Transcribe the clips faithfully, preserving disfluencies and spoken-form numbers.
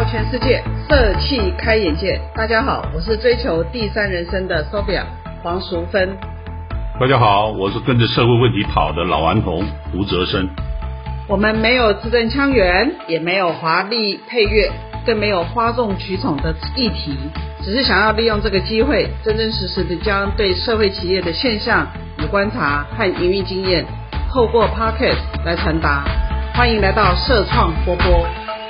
全世界，色气开眼界。大家好，我是追求第三人生的 Sophia 黄淑芬。 大家好，我是跟着社会问题跑的老顽童吴哲生。 我们没有字正腔圆，也没有华丽配乐，更没有哗众取宠的议题，只是想要利用这个机会，真真实实的将对社会企业的现象与观察和营运经验，透过 Podcast 来传达。欢迎来到社创波波。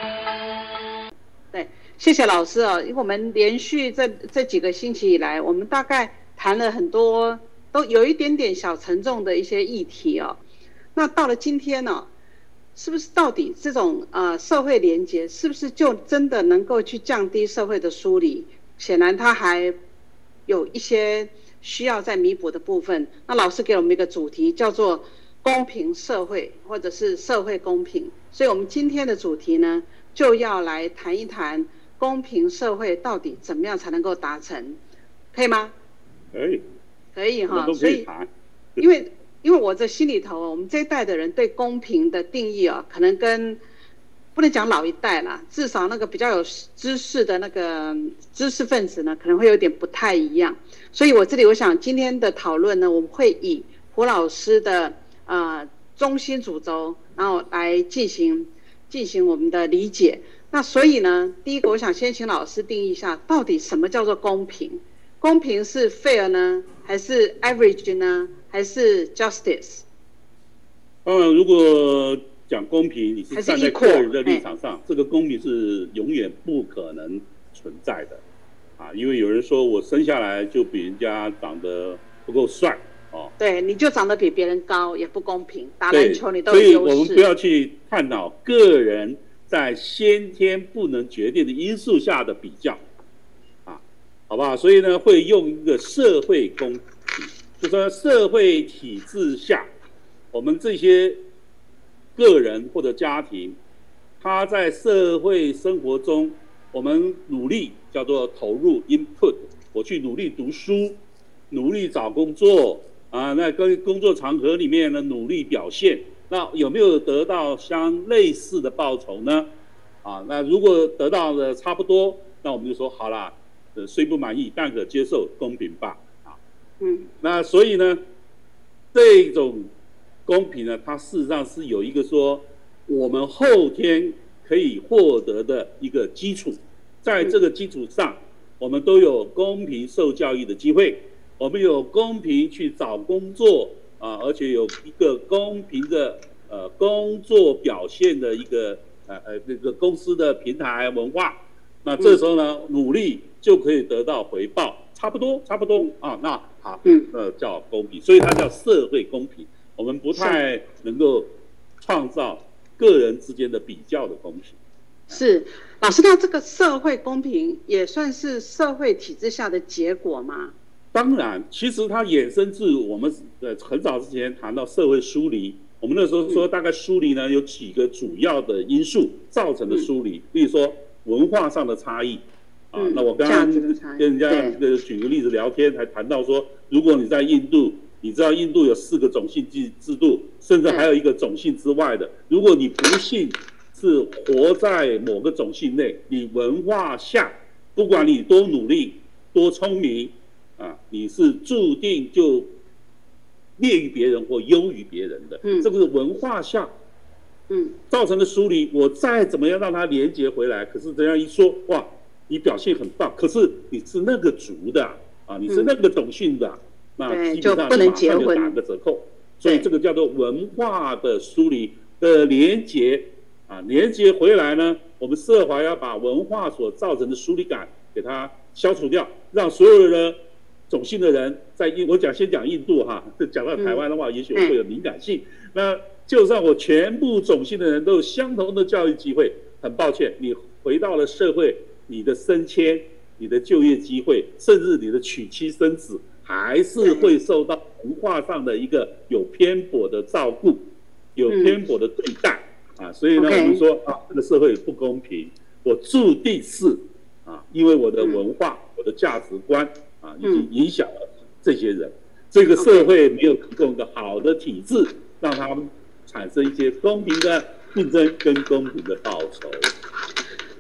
对，谢谢老师哦，因为我们连续这这几个星期以来，我们大概谈了很多，都有一点点小沉重的一些议题哦。那到了今天呢、哦，是不是到底这种呃社会连结，是不是就真的能够去降低社会的疏离？显然它还有一些需要再弥补的部分。那老师给我们一个主题，叫做公平社会，或者是社会公平。所以我们今天的主题呢，就要来谈一谈公平社会到底怎么样才能够达成，可以吗？ 可以， 可以哈。 都可以谈。 因为因为我这心里头，我们这一代的人对公平的定义啊，可能跟不能讲老一代啦，至少那个比较有知识的那个知识分子呢，可能会有点不太一样。所以我这里我想今天的讨论呢，我们会以胡老师的呃中心主轴，然后来进行进行我们的理解。那所以呢，第一个我想先请老师定义一下，到底什么叫做公平？公平是 fair 呢，还是 average 呢，还是 justice？ 当然，如果讲公平，你是站在个人的立场上，这个公平是永远不可能存在的啊！因为有人说我生下来就比人家长得不够帅哦， 对，你就长得比别人高，也不公平。打篮球你都有优势。 所以我们不要去探讨个人在先天不能决定的因素下的比较。好不好？所以呢，会用一个社会公平，就说社会体制下，我们这些个人或者家庭，他在社会生活中，我们努力叫做投入 input， 我去努力读书，努力找工作啊，那跟工作场合里面呢努力表现，那有没有得到相类似的报酬呢？啊，那如果得到的差不多，那我们就说好啦。虽不满意，但可接受，公平吧，啊，嗯，那所以呢，这种公平呢，它事实上是有一个说，我们后天可以获得的一个基础，在这个基础上，我们都有公平受教育的机会，我们有公平去找工作啊，而且有一个公平的呃工作表现的一个呃呃这个公司的平台文化。那这时候呢，努力就可以得到回报，差不多，差不多啊。那好，呃，叫公平，所以它叫社会公平。我们不太能够创造个人之间的比较的公平。 是，老师，那这个社会公平也算是社会体制下的结果吗？ 当然，其实它衍生自我们呃很早之前谈到社会疏离。我们那时候说，大概疏离呢有几个主要的因素造成的疏离，比如说。文化上的差异啊，那我刚刚跟人家举个例子聊天，还谈到说，如果你在印度，你知道印度有四个种姓制制度，甚至还有一个种姓之外的，如果你不幸是活在某个种姓内，你文化下，不管你多努力、多聪明啊，你是注定就劣于别人或优于别人的，嗯，这个是文化下。嗯，造成的疏离，我再怎么样让它连接回来，可是这样一说，哇，你表现很棒，可是你是那个族的啊，你是那个种姓的，嗯、那基本上马上就打个折扣，所以这个叫做文化的疏离的连接啊，连接回来呢，我们社华要把文化所造成的疏离感给它消除掉，让所有的种姓的人在印，我讲先讲印度哈，讲到台湾的话，嗯、也许会有敏感性，嗯、那。就算我全部种姓的人都有相同的教育机会，很抱歉，你回到了社会，你的升迁、你的就业机会，甚至你的娶妻生子，还是会受到文化上的一个有偏颇的照顾，有偏颇的对待、嗯、啊。所以呢， Okay. 我们说啊，这个社会不公平，我注定是啊，因为我的文化、嗯、我的价值观啊，已经影响了这些人。嗯、这个社会没有提供一个好的体制，让他们产生一些公平的竞争跟公平的报酬。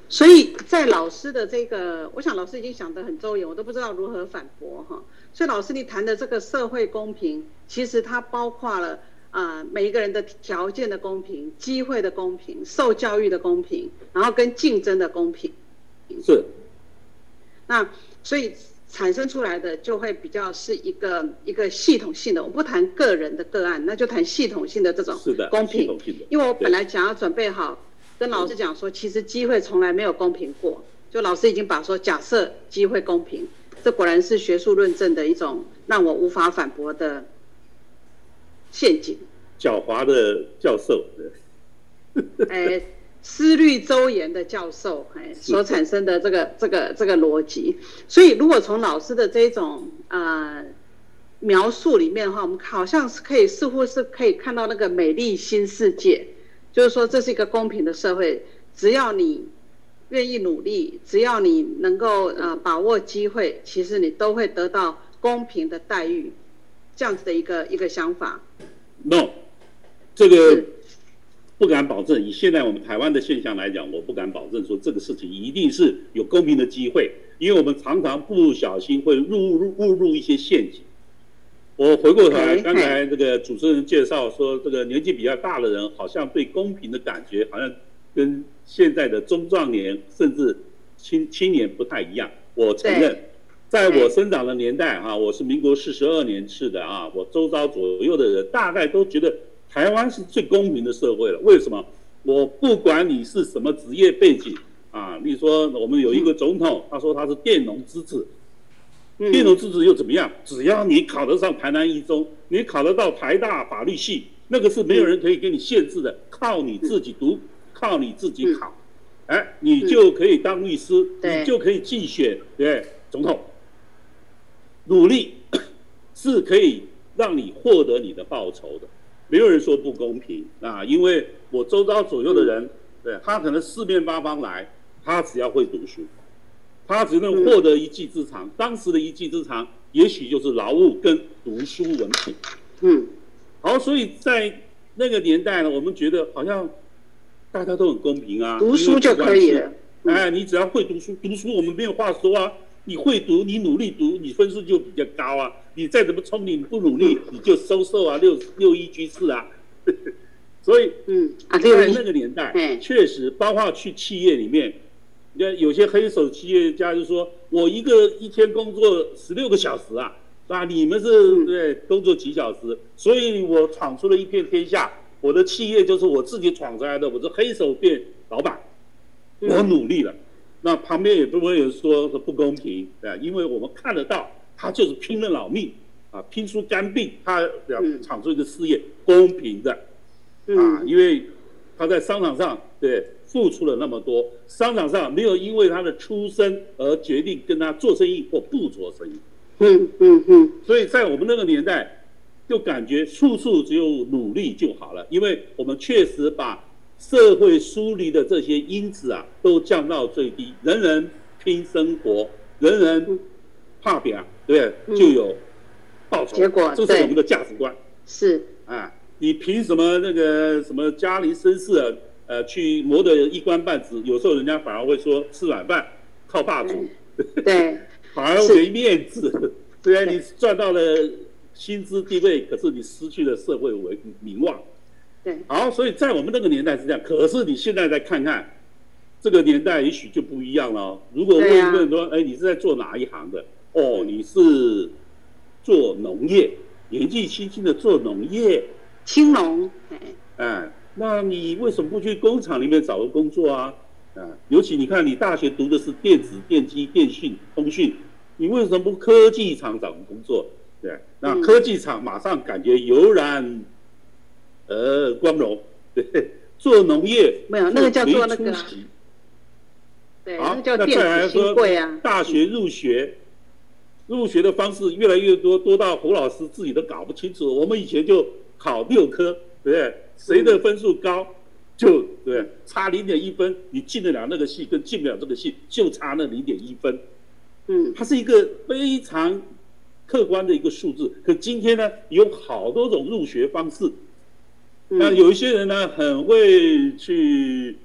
所以在老师的这个，我想老师已经想得很周延，我都不知道如何反驳哈。所以老师你谈的这个社会公平，其实它包括了啊、呃、每一个人的条件的公平、机会的公平、受教育的公平，然后跟竞争的公平。 是。 那所以产生出来的就会比较是一个一个系统性的，我不谈个人的个案，那就谈系统性的这种公平。 系统性的。 因为我本来想要准备好。跟老师讲说，其实机会从来没有公平过。就老师已经把说，假设机会公平，这果然是学术论证的一种让我无法反驳的陷阱。 狡猾的教授， 哎，思虑周延的教授，哎，所产生的这个这个这个逻辑。所以，如果从老师的这种呃描述里面的话，我们好像是可以，似乎是可以看到那个美丽新世界。就是说，这是一个公平的社会，只要你愿意努力，只要你能够呃把握机会，其实你都会得到公平的待遇，这样子的一个一个想法。 No， 这个不敢保证。以现在我们台湾的现象来讲，我不敢保证说这个事情一定是有公平的机会，因为我们常常不小心会入入误入一些陷阱。我回过头来，刚才这个主持人介绍说，这个年纪比较大的人好像对公平的感觉，好像跟现在的中壮年甚至青青年不太一样。我承认，在我生长的年代啊，我是民国四十二年次的啊，我周遭左右的人大概都觉得台湾是最公平的社会了。为什么？我不管你是什么职业背景啊，例如说我们有一个总统，他说他是佃农之子。佃农之子又怎么样？只要你考得上台南一中，你考得到台大法律系，那个是没有人可以给你限制的，靠你自己读，靠你自己考，哎，你就可以当律师，你就可以竞选对总统。努力是可以让你获得你的报酬的，没有人说不公平啊！因为我周遭左右的人，对他可能四面八方来，他只要会读书。他只能获得一技之长，当时的一技之长，也许就是劳务跟读书文凭。嗯，好，所以在那个年代呢，我们觉得好像大家都很公平啊， 读书就可以了。 哎，你只要会读书，读书我们没有话说啊。你会读，你努力读，你分数就比较高啊。你再怎么聪明，你不努力，你就收受啊，六六一居士啊。所以，嗯，在那个年代，确实，包括去企业里面。有些黑手企业家就说：“我一个一天工作十六个小时啊，啊，你们是对工作几小时？所以我闯出了一片天下。我的企业就是我自己闯出来的，我是黑手变老板，我努力了。那旁边也不会有人说不公平，对吧？因为我们看得到，他就是拼了老命啊，拼出肝病，他要闯出一个事业，公平的啊，因为他在商场上对。”付出了那么多，商场上没有因为他的出身而决定跟他做生意或不做生意。嗯嗯嗯。所以在我们那个年代，就感觉处处只有努力就好了，因为我们确实把社会疏离的这些因子啊都降到最低，人人拼生活，人人怕表，对，就有报酬。结果，这是我们的价值观。 是啊，你凭什么那个什么家庭绅士啊？呃，去磨得一官半职，有时候人家反而会说吃软饭靠霸主， 对， 反而没面子。虽然你赚到了薪资地位，可是你失去了社会为名望。 对， 好，所以在我们那个年代是这样，可是你现在再看看，这个年代也许就不一样了哦。如果问一问说，哎，你是在做哪一行的？哦，你是做农业，年纪轻轻的做农业， 青农， 哎。那你为什么不去工厂里面找个工作啊？啊，尤其你看，你大学读的是电子、电机、电讯、通讯，你为什么不科技厂找个工作？对，那科技厂马上感觉油然呃光荣，对，做农业没有那个叫做那个，对，那叫电子新贵啊。 大学入学，入学的方式越来越多，多到胡老师自己都搞不清楚。我们以前就考六科，对不对？谁的分数高，就对差零点一分，你进得了那个系跟进不了这个系，就差那零点一分。嗯，它是一个非常客观的一个数字。可今天呢，有好多种入学方式。那有一些人呢，很会去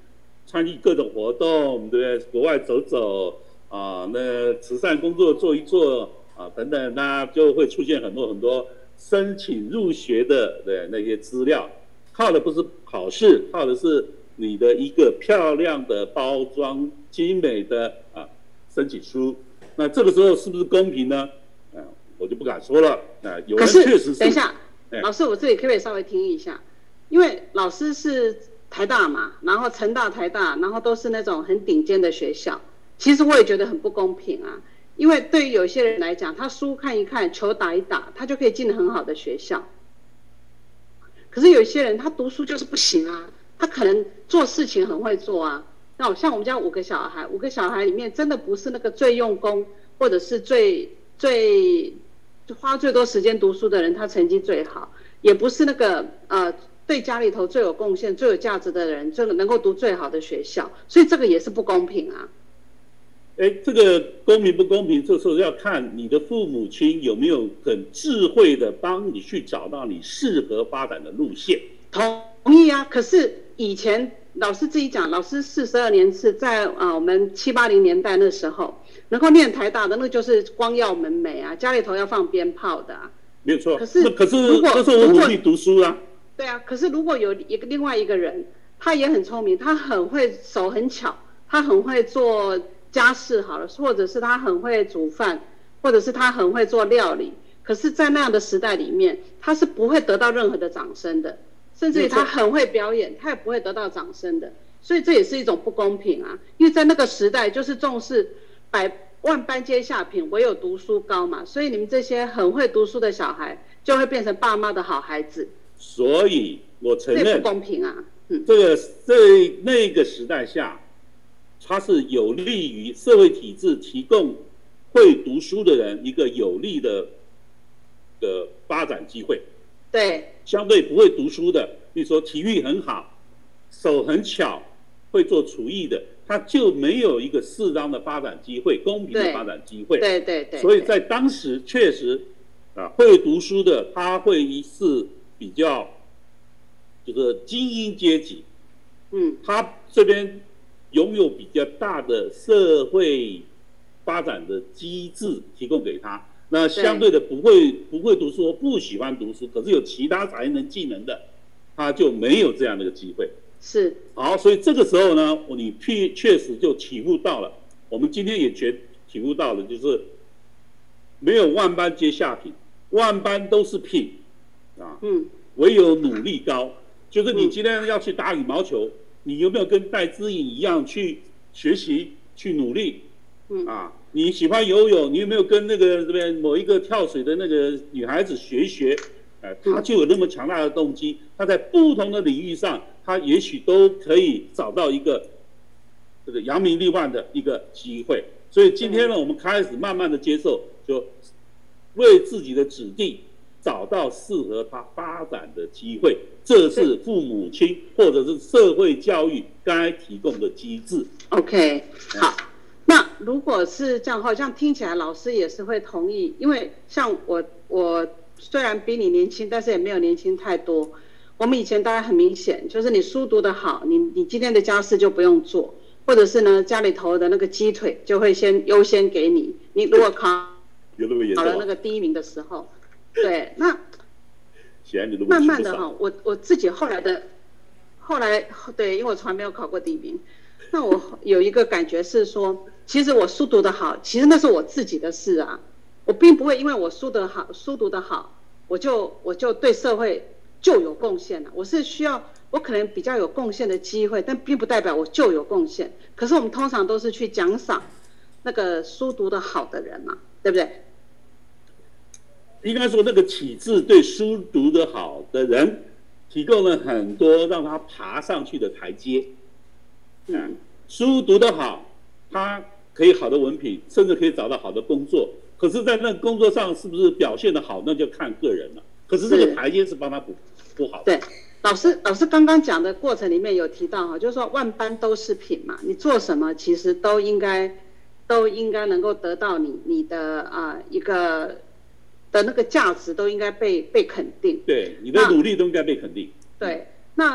参与各种活动，对不对？国外走走啊，那慈善工作做一做啊，等等，那就会出现很多很多申请入学的对那些资料，靠的不是考试，靠的是你的一个漂亮的包装、精美的啊申请书。那这个时候是不是公平呢？啊，我就不敢说了。啊，有人确实是。 等一下，老师，我这里可不可以稍微听一下？因为老师是台大嘛，然后成大、台大，然后都是那种很顶尖的学校。其实我也觉得很不公平啊，因为对于有些人来讲，他书看一看，球打一打，他就可以进很好的学校。可是有些人他读书就是不行啊，他可能做事情很会做啊。那像我们家五个小孩，五个小孩里面真的不是那个最用功，或者是最最花最多时间读书的人，他成绩最好，也不是那个呃对家里头最有贡献、最有价值的人，这个能够读最好的学校，所以这个也是不公平啊。 哎，这个公平不公平，这时候要看你的父母亲有没有很智慧的帮你去找到你适合发展的路线。 同意啊，可是以前老师自己讲，老师四十二年次在啊我们七八零年代那时候，能够念台大的那就是光耀门楣啊，家里头要放鞭炮的啊。 没有错。 可是可是那时候我努力读书啊。 对啊，可是如果有一个另外一个人，他也很聪明，他很会手很巧，他很会做家事好了，或者是他很会煮饭，或者是他很会做料理，可是在那样的时代里面，他是不会得到任何的掌声的，甚至于他很会表演，他也不会得到掌声的，所以这也是一种不公平啊，因为在那个时代就是重视百万般皆下品，唯有读书高嘛，所以你们这些很会读书的小孩就会变成爸妈的好孩子。 所以我承认这不公平啊。嗯， 这个在那个时代下，它是有利于社会体制提供会读书的人一个有利的的发展机会。 对， 相对不会读书的，比如说体育很好、手很巧、会做厨艺的，他就没有一个适当的发展机会、公平的发展机会。 对对 对, 对。 所以在当时确实啊，会读书的他会是比较就是精英阶级， 嗯， 他这边拥有比较大的社会发展的机制提供给他。那相对的不会不会读书，不喜欢读书，可是有其他才能技能的，他就没有这样的一个机会。 是。 好，所以这个时候呢，你确确实就体悟到了，我们今天也觉体悟到了，就是没有万般皆下品，万般都是品啊， 嗯， 唯有努力高。就是你今天要去打羽毛球，你有没有跟戴资颖一样去学习、去努力？ 嗯啊，你喜欢游泳，你有没有跟那个这边某一个跳水的那个女孩子学一学？呃，她就有那么强大的动机，她在不同的领域上，她也许都可以找到一个这个扬名立万的一个机会。所以今天呢，我们开始慢慢的接受，就为自己的子弟找到适合他发展的机会，这是父母亲或者是社会教育该提供的机制。 OK， 好。那如果是这样的话，这样听起来老师也是会同意，因为像我，我虽然比你年轻，但是也没有年轻太多。我们以前大概很明显，就是你书读得好，你你今天的家事就不用做，或者是呢家里头的那个鸡腿就会先优先给你。你如果考考了那个第一名的时候，对，那慢慢的哈，我我自己后来的后来对，因为我从来没有考过第一名。那我有一个感觉是说，其实我书读得好，其实那是我自己的事啊，我并不会因为我书得好，书读得好，我就我就对社会就有贡献了。我是需要，我可能比较有贡献的机会，但并不代表我就有贡献。可是我们通常都是去奖赏那个书读得好的人嘛，对不对？ 应该说，那个体制对书读得好的人提供了很多让他爬上去的台阶。嗯，书读得好，他可以好的文凭，甚至可以找到好的工作。可是，在那工作上是不是表现得好，那就看个人了。可是这个台阶是帮他补补好的。 对，老师老师刚刚讲的过程里面有提到哈，就是说万般都是品嘛，你做什么其实都应该都应该能够得到你你的啊、呃、一个的那个价值都应该被被肯定。 对，你的努力都应该被肯定。 对，那。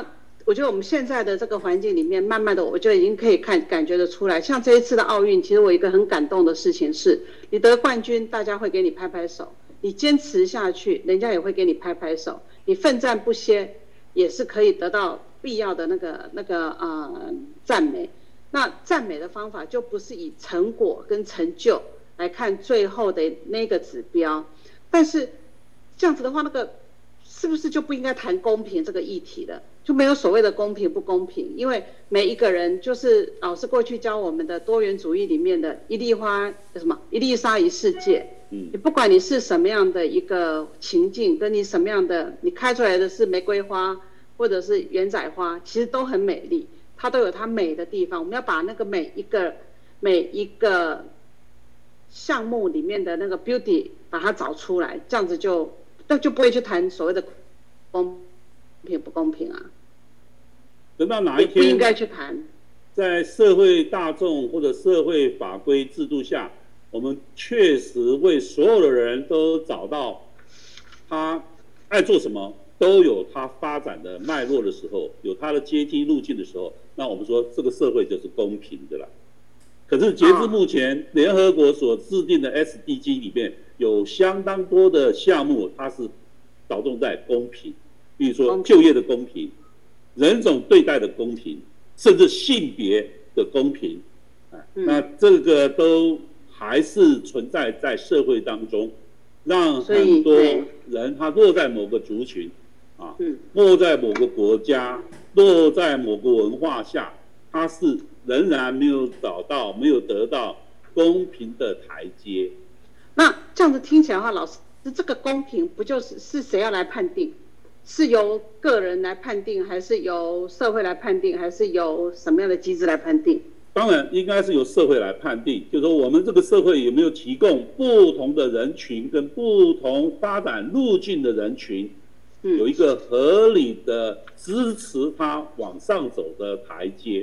我觉得我们现在的这个环境里面，慢慢的，我就已经可以看感觉得出来。像这一次的奥运，其实我一个很感动的事情是，你得冠军，大家会给你拍拍手；你坚持下去，人家也会给你拍拍手；你奋战不歇，也是可以得到必要的那个那个呃赞美。那赞美的方法就不是以成果跟成就来看最后的那个指标，但是这样子的话，那个是不是就不应该谈公平这个议题了？就没有所谓的公平不公平，因为每一个人就是老师过去教我们的多元主义里面的一粒花什么一粒沙一世界。嗯，你不管你是什么样的一个情境，跟你什么样的你开出来的是玫瑰花或者是圆仔花，其实都很美丽，它都有它美的地方。我们要把那个每一个每一个项目里面的那个 beauty 把它找出来，这样子就那就不会去谈所谓的公平不公平啊。 等到哪一天不应该去谈， 在社会大众或者社会法规制度下，我们确实为所有的人都找到他爱做什么，都有他发展的脉络的时候，有他的阶梯路径的时候，那我们说这个社会就是公平的了。可是截至目前，联合国所制定的 S D G 里面有相当多的项目，它是着重在公平，比如说就业的公平、人种对待的公平，甚至性别的公平，啊，那这个都还是存在在社会当中，让很多人他落在某个族群，啊，落在某个国家，落在某个文化下，他是仍然没有找到、没有得到公平的台阶。 那这样子听起来的话，老师，这个公平不就是是谁要来判定？是由个人来判定，还是由社会来判定，还是由什么样的机制来判定？ 当然应该是由社会来判定，就是说我们这个社会有没有提供不同的人群跟不同发展路径的人群，有一个合理的支持他往上走的台阶。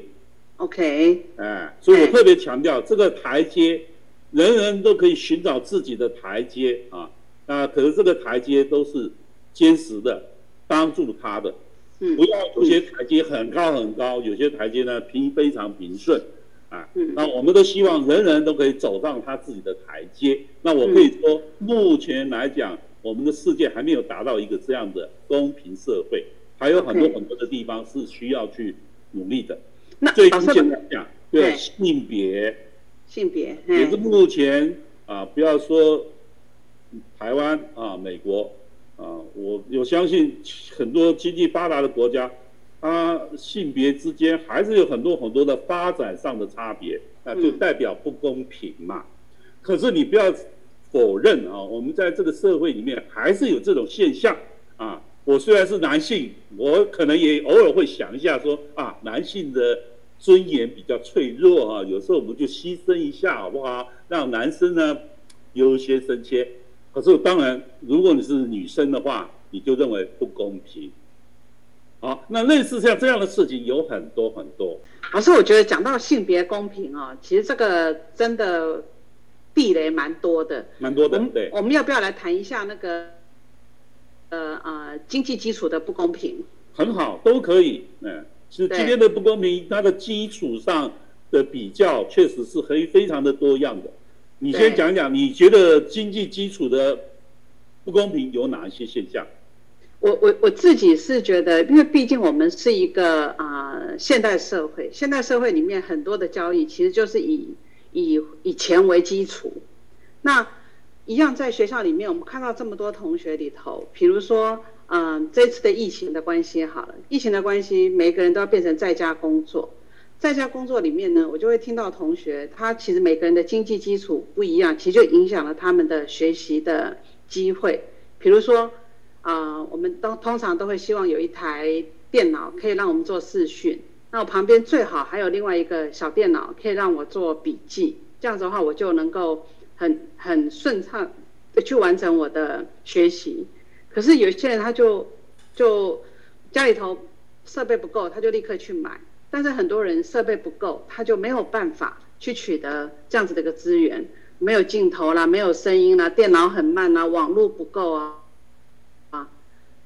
OK， 哎，所以我特别强调这个台阶，人人都可以寻找自己的台阶啊。那可是这个台阶都是坚实的，帮助他的。不要有些台阶很高很高，有些台阶呢平非常平顺。啊，那我们都希望人人都可以走上他自己的台阶。那我可以说，目前来讲，我们的世界还没有达到一个这样的公平社会，还有很多很多的地方是需要去努力的。最关键来讲，对性别， 性别也是目前啊，不要说台湾啊，美国啊，我我相信很多经济发达的国家。它性别之间还是有很多很多的发展上的差别，那就代表不公平嘛。嗯、可是你不要否认啊，我们在这个社会里面还是有这种现象啊。我虽然是男性，我可能也偶尔会想一下说啊，男性的尊严比较脆弱啊，有时候我们就牺牲一下好不好？让男生呢优先升迁。可是当然，如果你是女生的话，你就认为不公平。好，那类似像这样的事情有很多很多。 老师，我觉得讲到性别公平啊，其实这个真的地雷蛮多的， 蛮多的。对， 我们要不要来谈一下那个呃呃经济基础的不公平？ 很好，都可以。嗯，其实今天的不公平，它的基础上的比较确实是可以非常的多样的。你先讲讲，你觉得经济基础的不公平有哪一些现象？ 我我我自己是觉得，因为毕竟我们是一个啊、呃、现代社会，现代社会里面很多的交易其实就是以以以钱为基础。那一样在学校里面，我们看到这么多同学里头，比如说嗯、呃、这次的疫情的关系好了，疫情的关系，每个人都要变成在家工作。在家工作里面呢，我就会听到同学，他其实每个人的经济基础不一样，其实就影响了他们的学习的机会。比如说。啊、呃，我们都通常都会希望有一台电脑可以让我们做视讯，那我旁边最好还有另外一个小电脑可以让我做笔记，这样子的话我就能够很很顺畅的去完成我的学习。可是有些人他就就家里头设备不够，他就立刻去买，但是很多人设备不够，他就没有办法去取得这样子的一个资源，没有镜头啦，没有声音啦，电脑很慢啦，网络不够啊。那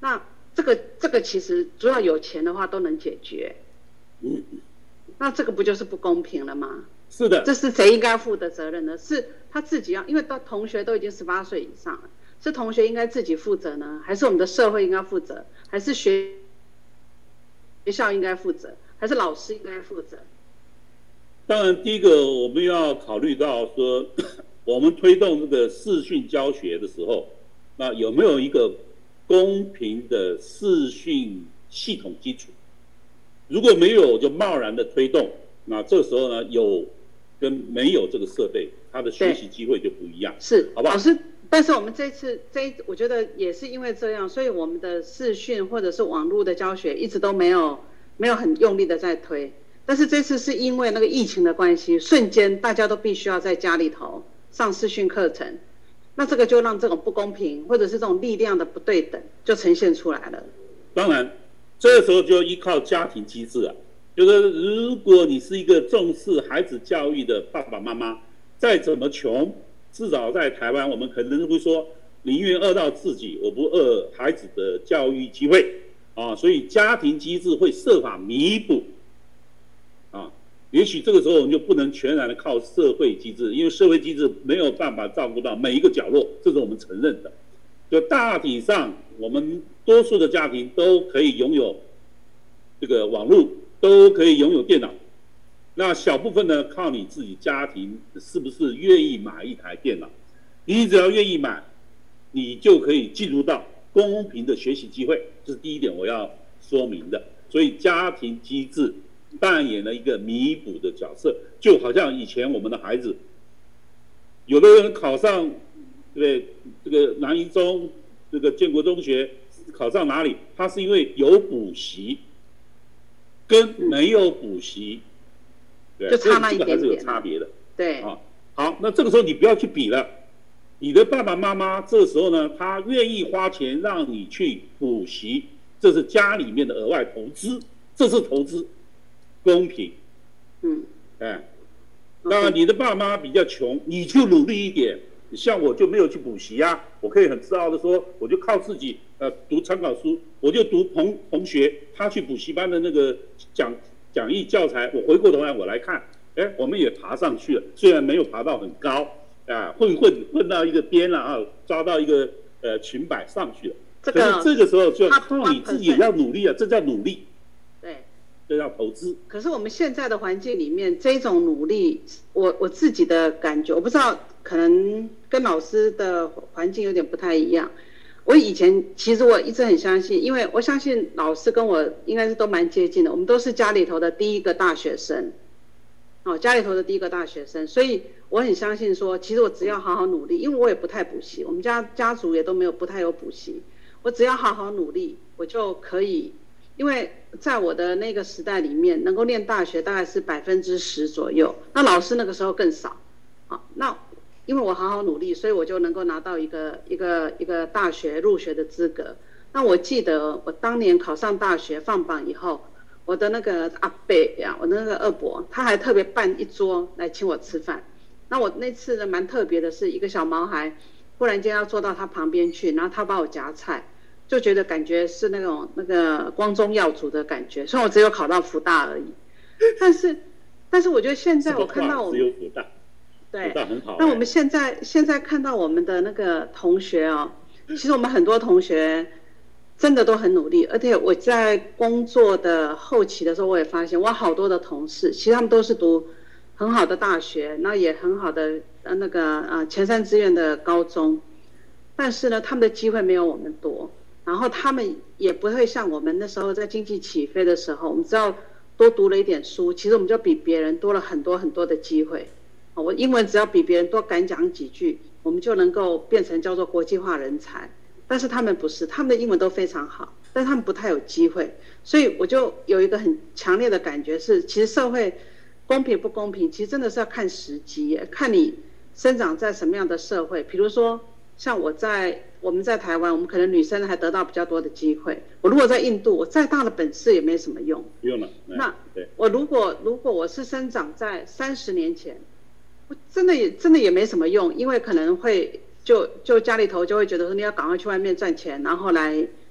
这个这个其实只要有钱的话都能解决。嗯，那这个不就是不公平了吗？ 是的， 这是谁应该负的责任呢？是他自己要，因为到同学都已经十八岁以上了，是同学应该自己负责呢，还是我们的社会应该负责，还是学学校应该负责，还是老师应该负责？ 当然，第一个我们要考虑到说，我们推动这个视讯教学的时候，那有没有一个公平的视讯系统基础？如果没有，就贸然的推动，那这时候呢，有跟没有这个设备，他的学习机会就不一样， 是， 好不好？ 老师，但是我们这次这一，我觉得也是因为这样，所以我们的视讯或者是网络的教学一直都没有没有很用力的在推。但是这次是因为那个疫情的关系，瞬间大家都必须要在家里头上视讯课程，那这个就让这种不公平或者是这种力量的不对等就呈现出来了。 当然，这个时候就依靠家庭机制啊。就是如果你是一个重视孩子教育的爸爸妈妈，再怎么穷，至少在台湾，我们可能会说宁愿饿到自己，我不饿孩子的教育机会啊。所以家庭机制会设法弥补啊。也许这个时候我们就不能全然的靠社会机制，因为社会机制没有办法照顾到每一个角落，这是我们承认的。就大体上，我们多数的家庭都可以拥有这个网络。都可以拥有电脑，那小部分呢，靠你自己家庭是不是愿意买一台电脑？你只要愿意买，你就可以进入到公平的学习机会，这是第一点我要说明的。所以家庭机制扮演了一个弥补的角色，就好像以前我们的孩子，有的人考上对不对？这个南一中、这个建国中学考上哪里？他是因为有补习。跟没有补习，对， 就差那一点点， 这个还是有差别的。 对啊，好，那这个时候你不要去比了，你的爸爸妈妈这时候呢，他愿意花钱让你去补习，这是家里面的额外投资，这是投资，公平。嗯，哎，那你的爸妈比较穷，你就努力一点。像我就没有去补习啊，我可以很自傲的说，我就靠自己呃读参考书，我就读同同学他去补习班的那个讲讲义教材，我回过头来我来看，哎，我们也爬上去了，虽然没有爬到很高啊，混混混到一个边了啊，抓到一个呃裙摆上去了。 这个、 可是这个时候就靠你自己也要努力啊，这叫努力。 对。 这叫投资。 可是我们现在的环境里面，这种努力，我我自己的感觉，我不知道，可能跟老师的环境有点不太一样。我以前其实我一直很相信，因为我相信老师跟我应该是都蛮接近的，我们都是家里头的第一个大学生，哦，家里头的第一个大学生，所以我很相信说，其实我只要好好努力，因为我也不太补习，我们家家族也都没有不太有补习，我只要好好努力，我就可以。因为在我的那个时代里面，能够念大学大概是百分之十左右，那老师那个时候更少，啊，那因为我好好努力，所以我就能够拿到一个一个一个大学入学的资格。那我记得我当年考上大学放榜以后，我的那个阿伯呀，我的那个二伯，他还特别办一桌来请我吃饭。那我那次呢蛮特别的是，一个小毛孩忽然间要坐到他旁边去，然后他帮我夹菜。就觉得感觉是那种那个光宗耀祖的感觉，虽然我只有考到福大而已，但是但是我觉得现在我看到我们只有福大， 对， 福大很好。 那我们现在现在看到我们的那个同学哦，其实我们很多同学真的都很努力，而且我在工作的后期的时候，我也发现我好多的同事，其实他们都是读很好的大学，那也很好的呃那个呃前三志愿的高中，但是呢，他们的机会没有我们多。然后他们也不会像我们那时候在经济起飞的时候，我们只要多读了一点书，其实我们就比别人多了很多很多的机会。我英文只要比别人多敢讲几句，我们就能够变成叫做国际化人才。但是他们不是，他们的英文都非常好，但他们不太有机会。所以我就有一个很强烈的感觉是，其实社会公平不公平，其实真的是要看时机，看你生长在什么样的社会。比如说像我在我们在台湾，我们可能女生还得到比较多的机会。我如果在印度，我再大的本事也没什么用。 不用了。 那我如果如果我是生长在三十年前，我真的也真的也没什么用，因为可能会就就家里头就会觉得说你要赶快去外面赚钱，然后来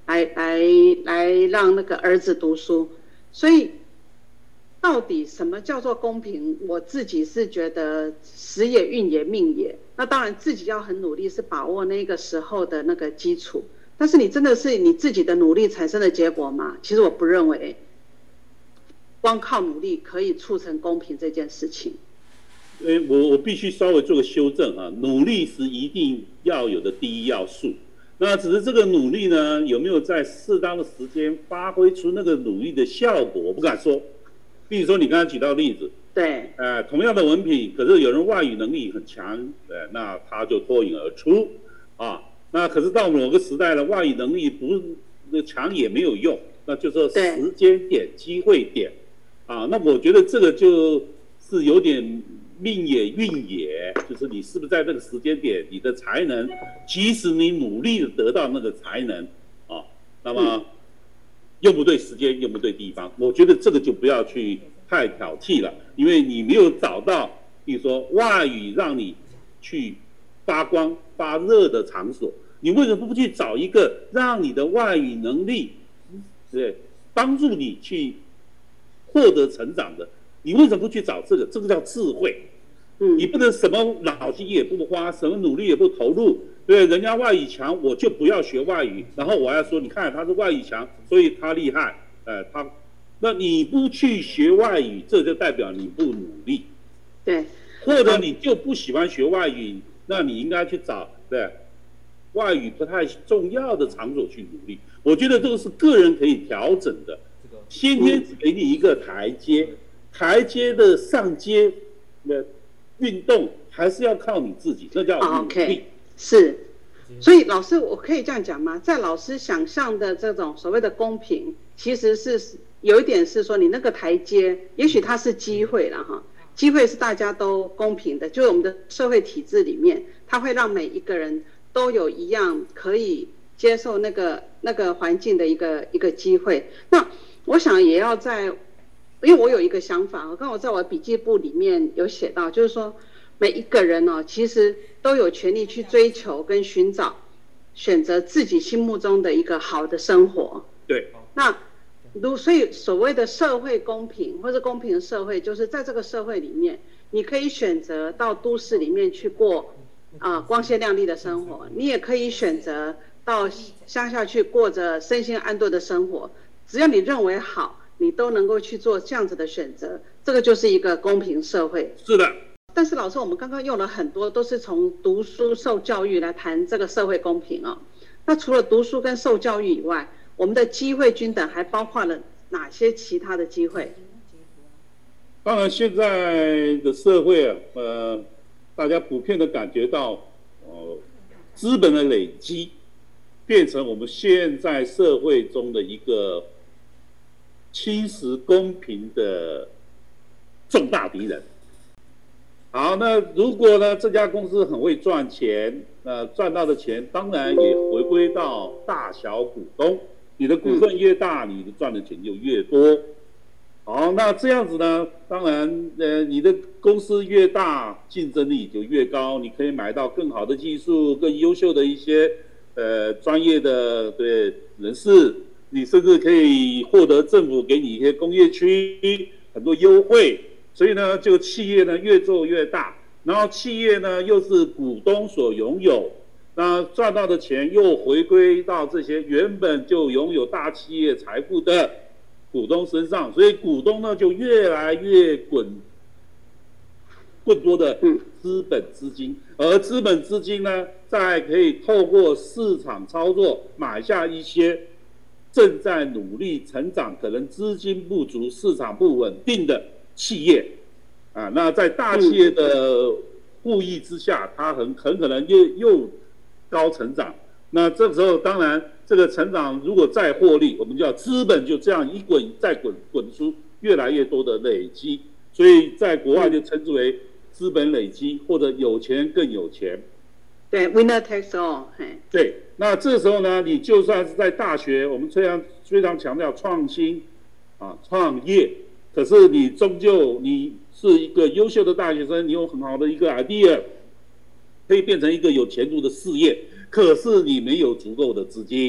来来来让那个儿子读书。所以到底什么叫做公平？我自己是觉得时也运也命也。那当然自己要很努力，是把握那个时候的那个基础。但是你真的是你自己的努力产生的结果吗？其实我不认为，光靠努力可以促成公平这件事情。 呃，我我必须稍微做个修正啊，努力是一定要有的第一要素。那只是这个努力呢，有没有在适当的时间发挥出那个努力的效果，我不敢说。比如说你刚才举到例子， 对， 呃，同样的文凭，可是有人外语能力很强，呃，那他就脱颖而出啊。那可是到某个时代了，外语能力不是强也没有用，那就是时间点、机会点啊。那我觉得这个就是有点命也运也，就是你是不是在这个时间点，你的才能，即使你努力的得到那个才能啊，那么用不对时间，用不对地方，我觉得这个就不要去太挑剔了，因为你没有找到，比如说外语让你去发光发热的场所，你为什么不去找一个让你的外语能力，对，帮助你去获得成长的？你为什么不去找这个？这个叫智慧。嗯，你不能什么脑筋也不花，什么努力也不投入，对，人家外语强，我就不要学外语，然后我要说，你看他是外语强，所以他厉害，呃，他，那你不去学外语，这就代表你不努力， 对， 或者你就不喜欢学外语，那你应该去找对外语不太重要的场所去努力。我觉得这个是个人可以调整的，先天只给你一个台阶，台阶的上阶的运动还是要靠你自己，那叫努力。 Okay, 是，所以老师，我可以这样讲吗？在老师想象的这种所谓的公平，其实是有一点是说，你那个台阶，也许它是机会了哈，机会是大家都公平的，就是我们的社会体制里面，它会让每一个人都有一样可以接受那个那个环境的一个一个机会。那我想也要在，因为我有一个想法，我刚好在我笔记簿里面有写到，就是说每一个人哦，其实都有权利去追求跟寻找，选择自己心目中的一个好的生活。 对。 那如所以所谓的社会公平或者公平的社会，就是在这个社会里面，你可以选择到都市里面去过啊、呃、光鲜亮丽的生活，你也可以选择到乡下去过着身心安顿的生活。只要你认为好，你都能够去做这样子的选择，这个就是一个公平社会。 是的。 但是老师，我们刚刚用了很多都是从读书受教育来谈这个社会公平哦。那除了读书跟受教育以外，我们的机会均等还包括了哪些其他的机会？ 当然，现在的社会啊，呃，大家普遍的感觉到，呃，资本的累积变成我们现在社会中的一个侵蚀公平的重大敌人。好，那如果呢，这家公司很会赚钱，呃，赚到的钱当然也回归到大小股东，你的股份越大，你的赚的钱就越多。好，那这样子呢，当然，呃，你的公司越大，竞争力就越高，你可以买到更好的技术、更优秀的一些呃专业的对人士，你甚至可以获得政府给你一些工业区很多优惠。所以呢，这个企业呢越做越大，然后企业呢又是股东所拥有，那赚到的钱又回归到这些原本就拥有大企业财富的股东身上，所以股东呢就越来越滚更多的资本资金，而资本资金呢，再可以透过市场操作买下一些正在努力成长、可能资金不足、市场不稳定的企业，啊，那在大企业的护翼之下，它很很可能又又高成长。那这个时候，当然这个成长如果再获利，我们叫资本就这样一滚再滚滚出越来越多的累积，所以在国外就称之为资本累积，或者有钱更有钱。 对 ，winner takes all。 对，那这时候呢，你就算是在大学，我们虽然非常强调创新啊创业。可是你终究你是一个优秀的大学生，你有很好的一个 idea， 可以变成一个有前途的事业。可是你没有足够的资金，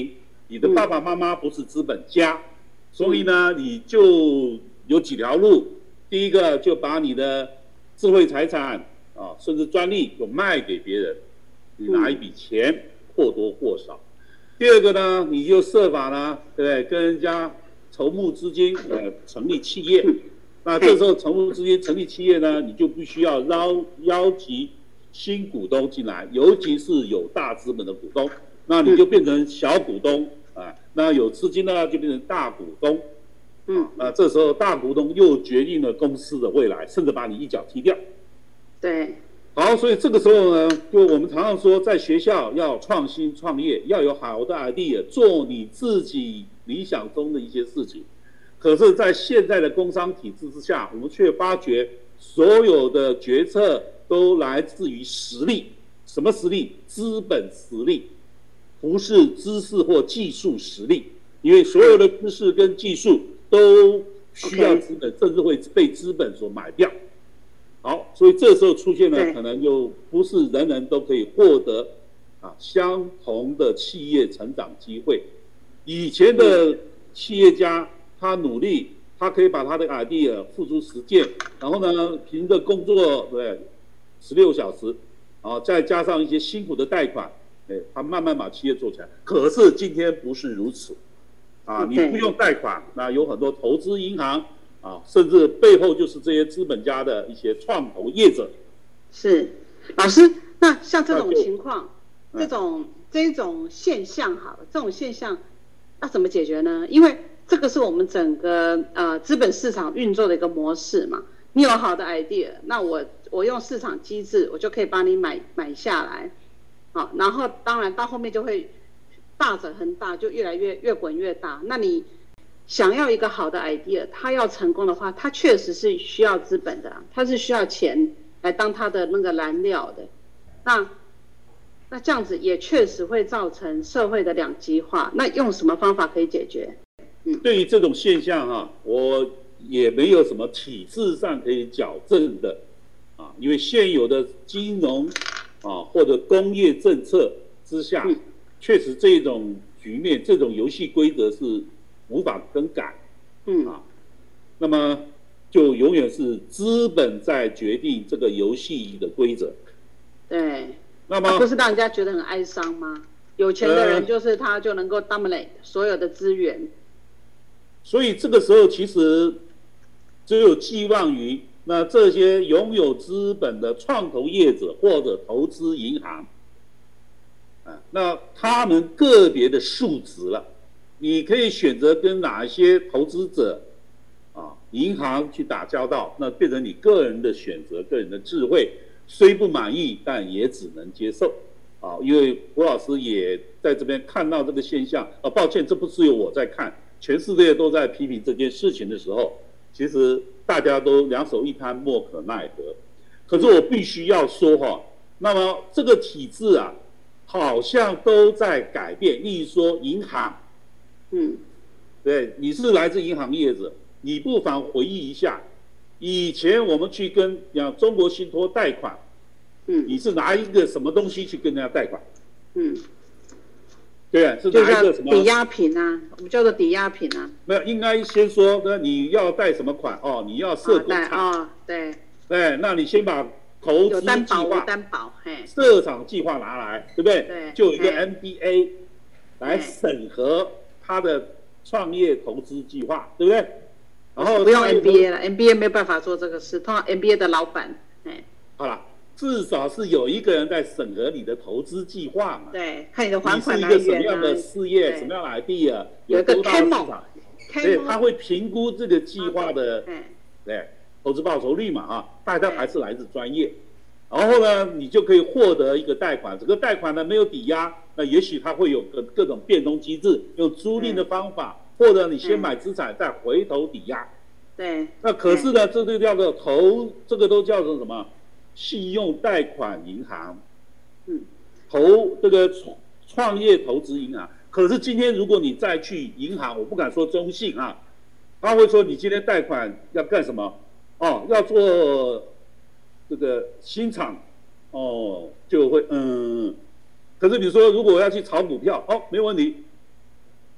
你的爸爸妈妈不是资本家，所以呢，你就有几条路。第一个就把你的智慧财产啊，甚至专利就卖给别人，你拿一笔钱，或多或少。第二个呢，你就设法呢，对不对？跟人家筹募资金，呃，成立企业。那这时候筹募资金成立企业呢，你就必须要邀邀集新股东进来，尤其是有大资本的股东，那你就变成小股东啊。那有资金呢，就变成大股东。嗯，那这时候大股东又决定了公司的未来，甚至把你一脚踢掉。 对。 好，所以这个时候呢，就我们常常说，在学校要创新创业，要有好的 idea， 做你自己理想中的一些事情。可是，在现在的工商体制之下，我们却发觉所有的决策都来自于实力。什么实力？资本实力，不是知识或技术实力。因为所有的知识跟技术都需要资本， okay. 甚至会被资本所买掉。好，所以这时候出现了，可能就不是人人都可以获得啊相同的企业成长机会。以前的企业家，他努力，他可以把他的 idea 付诸实践，然后呢，凭着工作对十六小时，啊，再加上一些辛苦的贷款，哎，他慢慢把企业做起来。可是今天不是如此，啊，你不用贷款，那有很多投资银行。啊，甚至背后就是这些资本家的一些创投业者。 是，老师，那像这种情况，这种这种现象，好了，这种现象要怎么解决呢？因为这个是我们整个呃资本市场运作的一个模式嘛。你有好的 idea， 那我我用市场机制，我就可以帮你买买下来，好，然后当然到后面就会大者恒大，就越来越越滚越大。那你想要一个好的 idea， 它要成功的话，它确实是需要资本的，它是需要钱来当它的那个燃料的。那那这样子也确实会造成社会的两极化。那用什么方法可以解决？ 嗯，对于这种现象哈、啊，我也没有什么体制上可以矫正的啊，因为现有的金融啊或者工业政策之下，嗯、确实这种局面、这种游戏规则是无法更改，嗯啊，那么就永远是资本在决定这个游戏的规则。 对， 那么不是让人家觉得很哀伤吗？有钱的人就是他就能够 dominate 所有的资源。 所以这个时候其实只有寄望于那这些拥有资本的创投业者或者投资银行，啊，那他们个别的数值了。你可以选择跟哪一些投资者、啊银行去打交道，那变成你个人的选择、个人的智慧，虽不满意，但也只能接受。啊，因为胡老师也在这边看到这个现象。啊，抱歉，这不只有我在看，全世界都在批评这件事情的时候，其实大家都两手一摊，莫可奈何。可是我必须要说哈，那么这个体制啊，好像都在改变。例如说银行。嗯，对，你是来自银行业者，你不妨回忆一下，以前我们去跟讲中国信托贷款，嗯，你是拿一个什么东西去跟人家贷款？嗯，对啊，是拿一个什么？ 抵押品啊，我们叫做抵押品啊。 没有，应该先说，那你要贷什么款？哦，你要设工厂。 哦，对。 对，那你先把投资计划、 担保、嘿， 设厂计划拿来，对不对？ 对。 就有一个 M B A 来审核。他的创业投资计划，对不对？然后不用 M B A 了 ，M B A 没有办法做这个事。通常 M B A 的老板，哎， 好了，至少是有一个人在审核你的投资计划嘛。 对，看你的还款来源、啊、你是一个什么样的事业，什么样的 idea， 有多大市场？对，他会评估这个计划的，对，投资报酬率嘛啊，大家还是来自专业。然后呢，你就可以获得一个贷款，这个贷款呢没有抵押，那也许它会有各各种变动机制，用租赁的方法，或者你先买资产再回头抵押。 对。 那可是呢，这就叫做投，这个都叫做什么？信用贷款银行，嗯，投这个创业投资银行。可是今天如果你再去银行，我不敢说中信啊，他会说你今天贷款要干什么？哦，要做。这个新厂，哦，就会嗯，可是你说如果我要去炒股票，哦，没问题，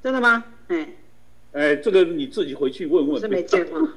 真的吗？哎， 哎，这个你自己回去问问。 是没见过。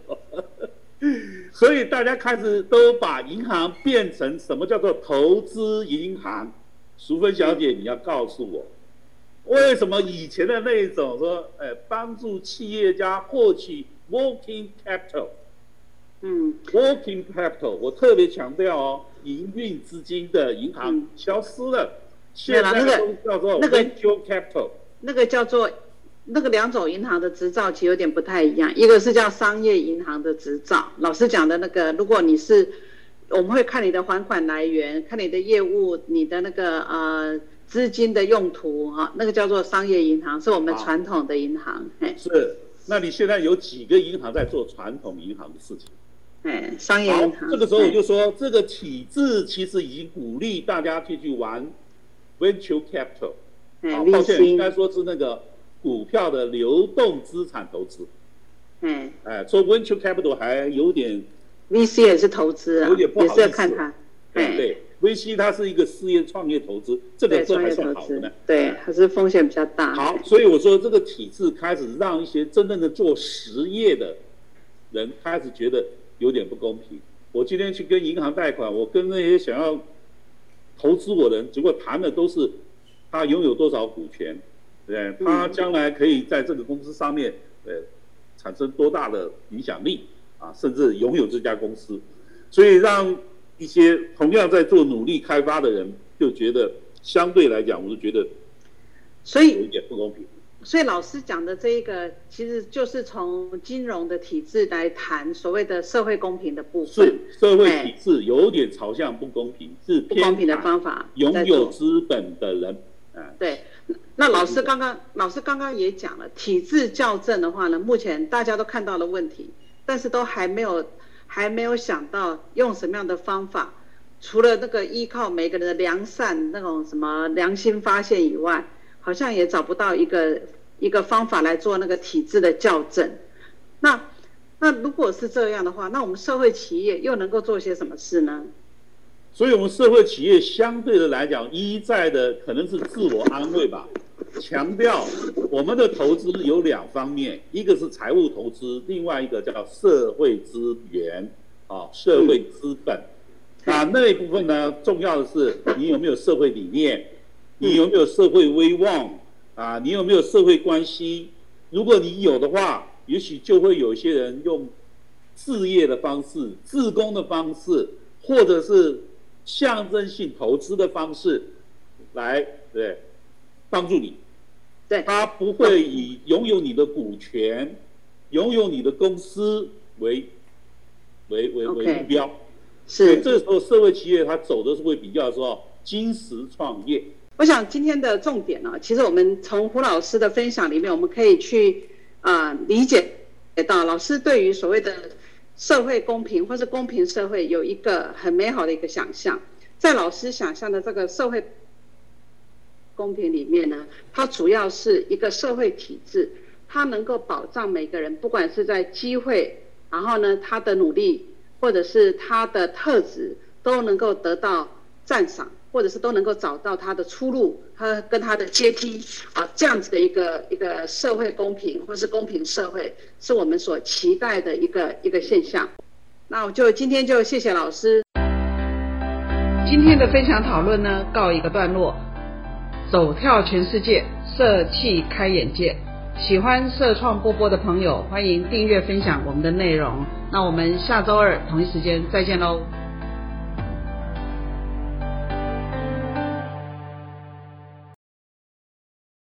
所以大家开始都把银行变成什么叫做投资银行？淑芬小姐，你要告诉我，为什么以前的那种说，哎，帮助企业家获取 working capital， 嗯 ，working capital， 我特别强调哦，营运资金的银行消失了，嗯、现在都叫做 venture capital， 那个叫做。那个两种银行的执照其实有点不太一样，一个是叫商业银行的执照，老师讲的那个，如果你是，我们会看你的还款来源，看你的业务，你的那个呃资金的用途哈，那个叫做商业银行，是我们传统的银行。哎， 是，那你现在有几个银行在做传统银行的事情？ 哎，商业银行。 这个时候我就说，这个体制其实已经鼓励大家去去玩 venture capital， 哎， 抱歉，应该说是那个。股票的流动资产投资，嗯，哎，做 venture capital 还有点 ，V C 也是投资啊， 有点不好意思， 也是要看它， 对对 ，V C 它是一个事业创业投资，这个这还算好的呢， 对，还是风险比较大。 好，所以我说这个体制开始让一些真正的做实业的人开始觉得有点不公平。我今天去跟银行贷款，我跟那些想要投资我的人，结果谈的都是他拥有多少股权。对，他将来可以在这个公司上面，呃，产生多大的影响力啊，甚至拥有这家公司，所以让一些同样在做努力开发的人就觉得，相对来讲，我就觉得， 所以有一点不公平。 所以老师讲的这一个，其实就是从金融的体制来谈所谓的社会公平的部分。 是社会体制有点朝向不公平，是不公平的方法， 拥有资本的人。 对，那老师刚刚老师刚刚也讲了，体制校正的话呢，目前大家都看到了问题，但是都还没有还没有想到用什么样的方法，除了那个依靠每个人的良善那种什么良心发现以外，好像也找不到一个一个方法来做那个体制的校正。那那如果是这样的话，那我们社会企业又能够做些什么事呢？ 所以，我们社会企业相对的来讲，一再的可能是自我安慰吧，强调我们的投资有两方面，一个是财务投资，另外一个叫社会资源啊，社会资本。啊，那一部分呢，重要的是你有没有社会理念，你有没有社会威望啊，你有没有社会关系？如果你有的话，也许就会有一些人用自业的方式、自工的方式，或者是象征性投资的方式来对帮助你， 对， 他不会以拥有你的股权、拥有你的公司为为为为目标。 是， 这时候社会企业它走的是会比较说精实创业。 我想今天的重点呢、啊，其实我们从胡老师的分享里面，我们可以去啊、呃、理解到，老师对于所谓的社会公平或是公平社会有一个很美好的一个想象。在老师想象的这个社会公平里面呢，它主要是一个社会体制，它能够保障每个人，不管是在机会，然后呢他的努力或者是他的特质都能够得到赞赏，或者是都能够找到他的出路，他跟他的阶梯啊，这样子的一个一个社会公平或是公平社会，是我们所期待的一个一个现象。那我就今天就谢谢老师。今天的分享讨论呢，告一个段落。走跳全世界，社企开眼界。喜欢社创波波的朋友，欢迎订阅分享我们的内容。那我们下周二同一时间再见喽。